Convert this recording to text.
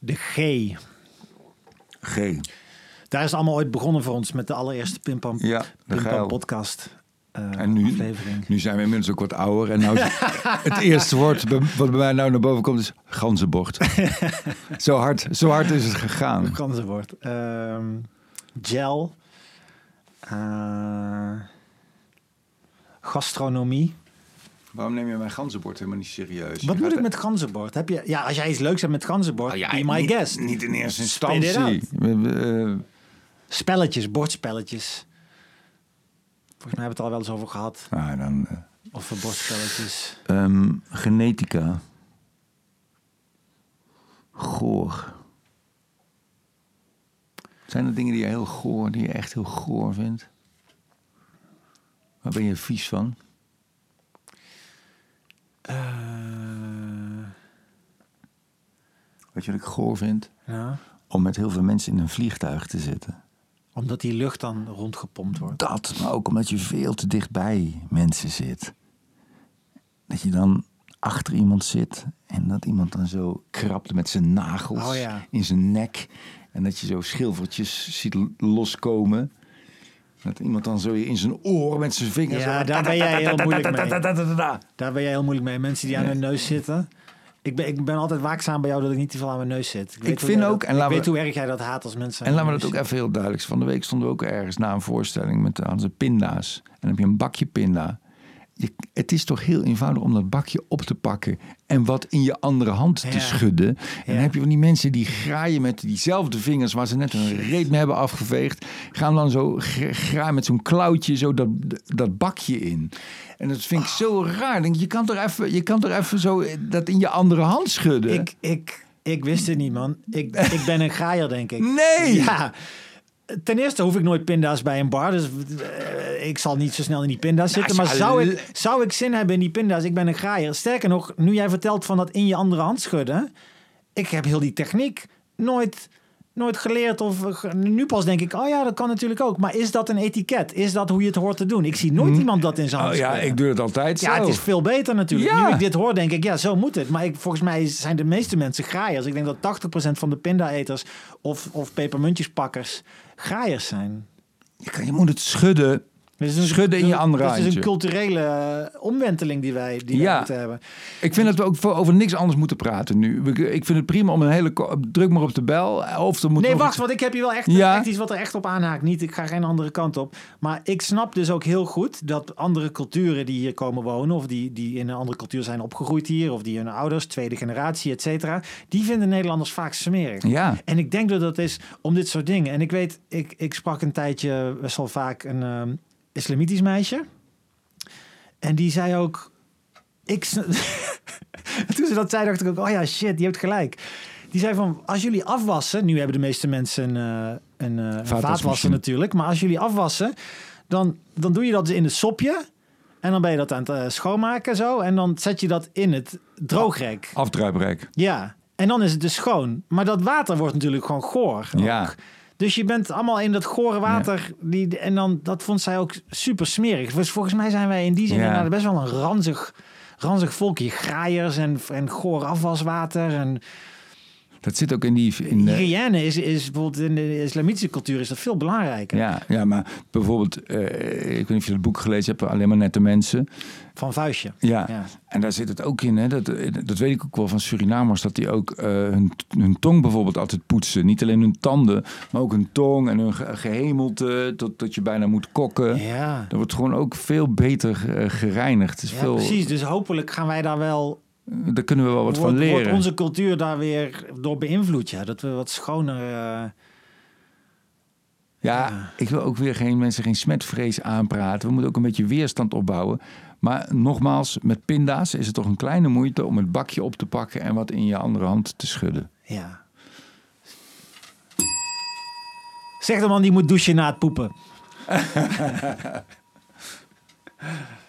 De G. Daar is het allemaal ooit begonnen voor ons met de allereerste Pimpam podcast. En nu zijn we inmiddels ook wat ouder. En nou het eerste woord wat bij mij nou naar boven komt is ganzenbord. Zo hard is het gegaan. Ganzenbord. Gel. Gastronomie. Waarom neem je mijn ganzenbord helemaal niet serieus? Wat moet ik met ganzenbord? Als jij iets leuks hebt met ganzenbord, be my guest. Niet in eerste instantie. Spelletjes, bordspelletjes. Volgens mij hebben we het al wel eens over gehad. Of voor bordspelletjes. Genetica. Goor. Zijn er dingen die je echt heel goor vindt? Waar ben je vies van? Weet je wat ik goor vind? Ja. Om met heel veel mensen in een vliegtuig te zitten. Omdat die lucht dan rondgepompt wordt. Dat, maar ook omdat je veel te dichtbij mensen zit. Dat je dan achter iemand zit en dat iemand dan zo krabt met zijn nagels in zijn nek. En dat je zo schilfertjes ziet loskomen. Dat iemand dan zo in zijn oor met zijn vingers... Ja, daar ben jij heel moeilijk mee. Daar ben jij heel moeilijk mee. Mensen die aan hun neus zitten. Ik ben altijd waakzaam bij jou dat ik niet te veel aan mijn neus zit. Ik weet hoe erg jij dat haat als mensen... En laten we dat ook even heel duidelijk. Van de week stonden we ook ergens na een voorstelling met onze pinda's. En dan heb je een bakje pinda. Het is toch heel eenvoudig om dat bakje op te pakken en wat in je andere hand te schudden. En dan heb je van die mensen die graaien met diezelfde vingers waar ze net een reet mee hebben afgeveegd. Gaan dan zo graaien met zo'n klauwtje zo dat bakje in. En dat vind ik zo raar. Denk, je kan toch even zo dat in je andere hand schudden. Ik wist het niet, man. Ik ben een graaier, denk ik. Nee! Ja. Ten eerste hoef ik nooit pinda's bij een bar. Dus ik zal niet zo snel in die pinda's zitten. Maar zou ik zin hebben in die pinda's? Ik ben een graaier. Sterker nog, nu jij vertelt van dat in je andere hand schudden. Ik heb heel die techniek nooit geleerd. Of nu pas denk ik, oh ja, dat kan natuurlijk ook. Maar is dat een etiket? Is dat hoe je het hoort te doen? Ik zie nooit iemand dat in zijn hand schudden. Ja, ik doe het altijd zo. Ja, het is veel beter natuurlijk. Ja. Nu ik dit hoor, denk ik, ja, zo moet het. Maar volgens mij zijn de meeste mensen graaiers. Ik denk dat 80% van de pinda-eters of pepermuntjespakkers graaiers zijn. Je moet het schudden. Schudden in je andere handje. Het is een culturele omwenteling die wij moeten hebben. Ik vind dat we ook over niks anders moeten praten nu. Ik vind het prima om een hele... Druk maar op de bel. Of er moet want ik heb hier wel echt iets wat er echt op aanhaakt. Ik ga geen andere kant op. Maar ik snap dus ook heel goed dat andere culturen die hier komen wonen... of die in een andere cultuur zijn opgegroeid hier... of die hun ouders, tweede generatie, et cetera... die vinden Nederlanders vaak smerig. Ja. En ik denk dat is om dit soort dingen. En ik weet, ik sprak een tijdje best wel vaak een... islamitisch meisje. En die zei ook... Toen ze dat zei, dacht ik ook... Oh ja, shit, die heeft gelijk. Die zei van... Als jullie afwassen... Nu hebben de meeste mensen een vaatwasser natuurlijk. Maar als jullie afwassen... Dan doe je dat in het sopje. En dan ben je dat aan het schoonmaken zo. En dan zet je dat in het droogrek. Afdruiprek. Ja. En dan is het dus schoon. Maar dat water wordt natuurlijk gewoon goor. Ja. Dus je bent allemaal in dat gore water. Ja. En dan, dat vond zij ook super smerig. Dus volgens mij zijn wij in die zin best wel een ranzig volkje. Graaiers en goor afwaswater. En dat zit ook in die... hygiëne is bijvoorbeeld in de islamitische cultuur is dat veel belangrijker. Ja, maar bijvoorbeeld... ik weet niet of je het boek gelezen hebt. Alleen maar nette mensen. Van Vuistje. Ja. En daar zit het ook in. Hè, dat weet ik ook wel van Surinamers. Dat die ook hun tong bijvoorbeeld altijd poetsen. Niet alleen hun tanden, maar ook hun tong en hun gehemelte. Tot je bijna moet kokken. Ja. Dat wordt gewoon ook veel beter gereinigd. Het is precies. Dus hopelijk gaan wij daar wel... Daar kunnen we wel wat van leren. Wordt onze cultuur daar weer door beïnvloed? Ja, dat we wat schoner... Ik wil ook weer mensen geen smetvrees aanpraten. We moeten ook een beetje weerstand opbouwen. Maar nogmaals, met pinda's is het toch een kleine moeite... om het bakje op te pakken en wat in je andere hand te schudden. Ja. Zeg de man die moet douchen na het poepen.